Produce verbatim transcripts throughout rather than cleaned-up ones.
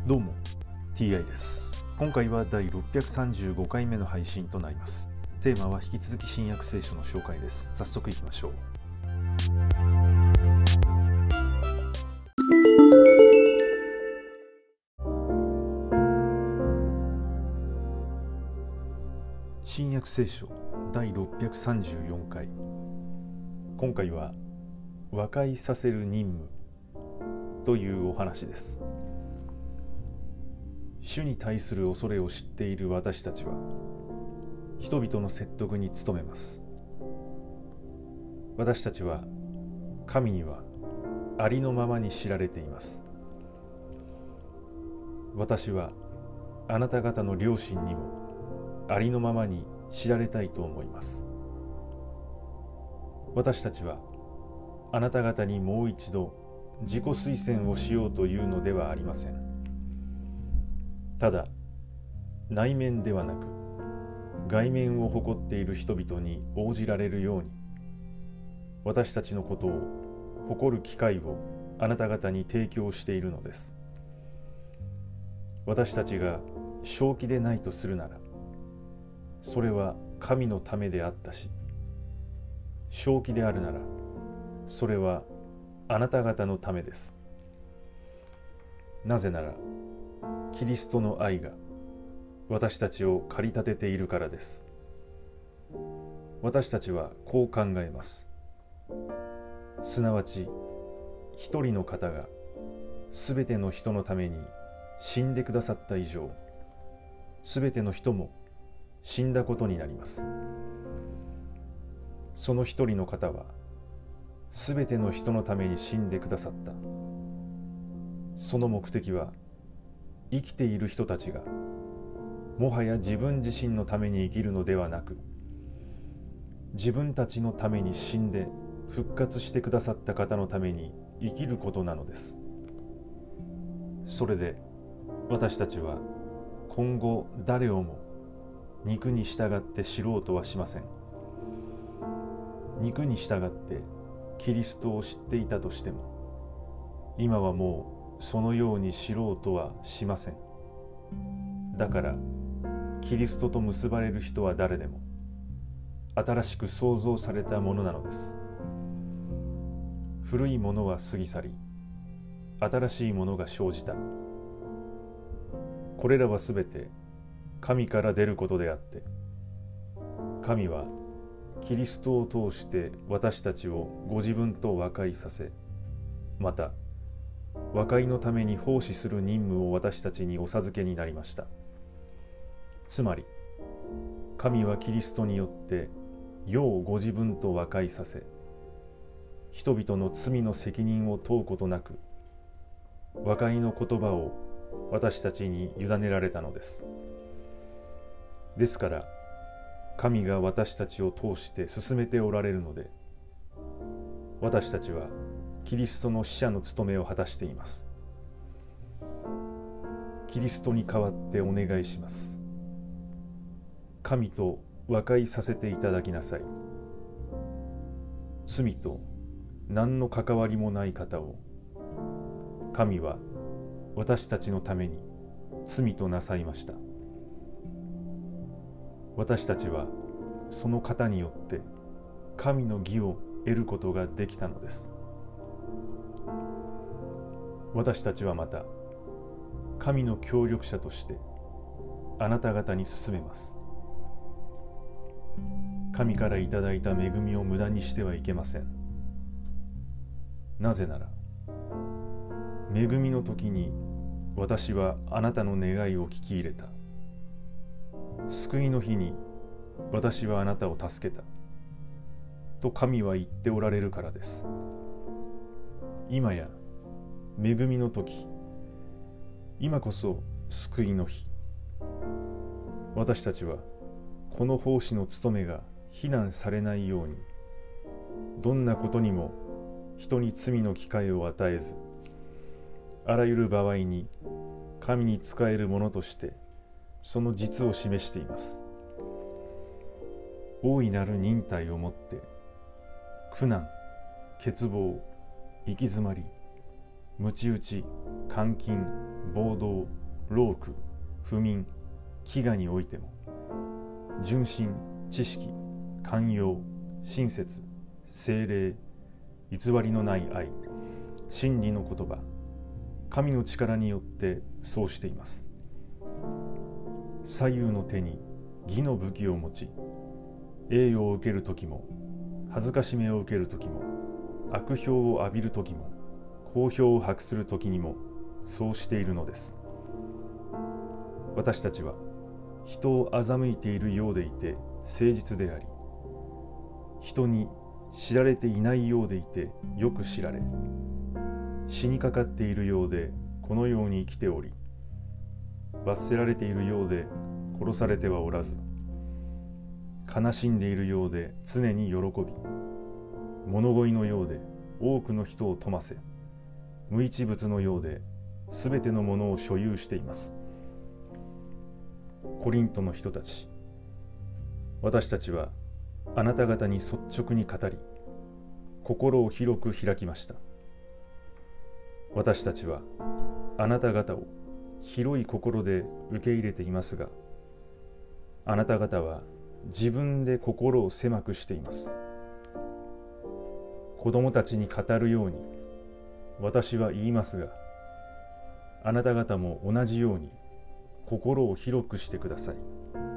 どうも ティーアイ です。今回はだいろっぴゃくさんじゅうごかいめの配信となります。テーマは引き続き新約聖書の紹介です。早速いきましょう。新約聖書だいろっぴゃくさんじゅうよんかい。今回は和解させる任務というお話です。主に対する恐れを知っている私たちは人々の説得に努めます。私たちは神にはありのままに知られています。私はあなた方の良心にもありのままに知られたいと思います。私たちはあなた方にもう一度自己推薦をしようというのではありません。ただ内面ではなく外面を誇っている人々に応じられるように、私たちのことを誇る機会をあなた方に提供しているのです。私たちが正気でないとするなら、それは神のためであったし、正気であるならそれはあなた方のためです。なぜならキリストの愛が私たちを駆り立てているからです。私たちはこう考えます。すなわち一人の方がすべての人のために死んでくださった以上、すべての人も死んだことになります。その一人の方はすべての人のために死んでくださった。その目的は生きている人たちがもはや自分自身のために生きるのではなく、自分たちのために死んで復活してくださった方のために生きることなのです。それで私たちは今後誰をも肉に従って知ろうとはしません。肉に従ってキリストを知っていたとしても、今はもうそのように知ろうとはしません。だからキリストと結ばれる人は誰でも新しく創造されたものなのです。古いものは過ぎ去り、新しいものが生じた。これらはすべて神から出ることであって、神はキリストを通して私たちをご自分と和解させ、また和解のために奉仕する任務を私たちにお授けになりました。つまり神はキリストによって世をご自分と和解させ、人々の罪の責任を問うことなく和解の言葉を私たちに委ねられたのです。ですから神が私たちを通して進めておられるので、私たちはキリストの使者の務めを果たしています。キリストに代わってお願いします。神と和解させていただきなさい。罪と何の関わりもない方を神は私たちのために罪となさいました。私たちはその方によって神の義を得ることができたのです。私たちはまた神の協力者としてあなた方に進めます。神からいただいた恵みを無駄にしてはいけません。なぜなら恵みの時に私はあなたの願いを聞き入れた。救いの日に私はあなたを助けたと神は言っておられるからです。今や恵みの時、今こそ救いの日。私たちはこの奉仕の務めが非難されないように、どんなことにも人に罪の機会を与えず、あらゆる場合に神に仕えるものとしてその実を示しています。大いなる忍耐をもって苦難、欠乏、行き詰まり、鞭打ち、監禁、 暴動、労苦、不眠、飢餓においても、純真、知識、寛容、親切、誠霊、偽りのない愛、真理の言葉、神の力によってそうしています。左右の手に義の武器を持ち、栄誉を受ける時も、恥ずかしめを受ける時も、悪評を浴びる時も、好評を博する時にもそうしているのです。私たちは人を欺いているようでいて誠実であり、人に知られていないようでいてよく知られ、死にかかっているようでこのように生きており、罰せられているようで殺されてはおらず、悲しんでいるようで常に喜び、物乞いのようで多くの人を富ませ、無一物のようですべてのものを所有しています。コリントの人たち、私たちはあなた方に率直に語り、心を広く開きました。私たちはあなた方を広い心で受け入れていますが、あなた方は自分で心を狭くしています。子供たちに語るように私は言いますが、あなた方も同じように心を広くしてください。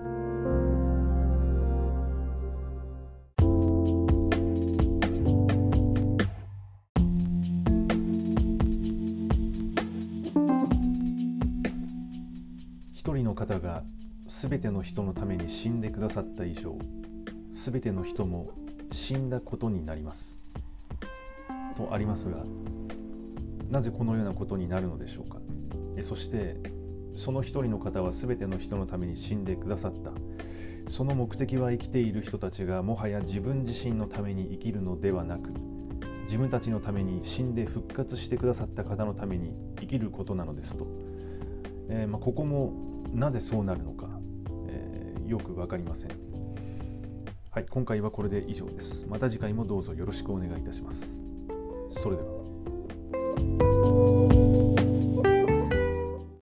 一人の方がすべての人のために死んでくださった以上、すべての人も死んだことになりますとありますが、なぜこのようなことになるのでしょうか。えそしてその一人の方はすべての人のために死んでくださった。その目的は生きている人たちがもはや自分自身のために生きるのではなく、自分たちのために死んで復活してくださった方のために生きることなのですと、えーまあ、ここもなぜそうなるのか、えー、よくわかりません。はい、今回はこれで以上です。また次回もどうぞよろしくお願いいたします。それでは。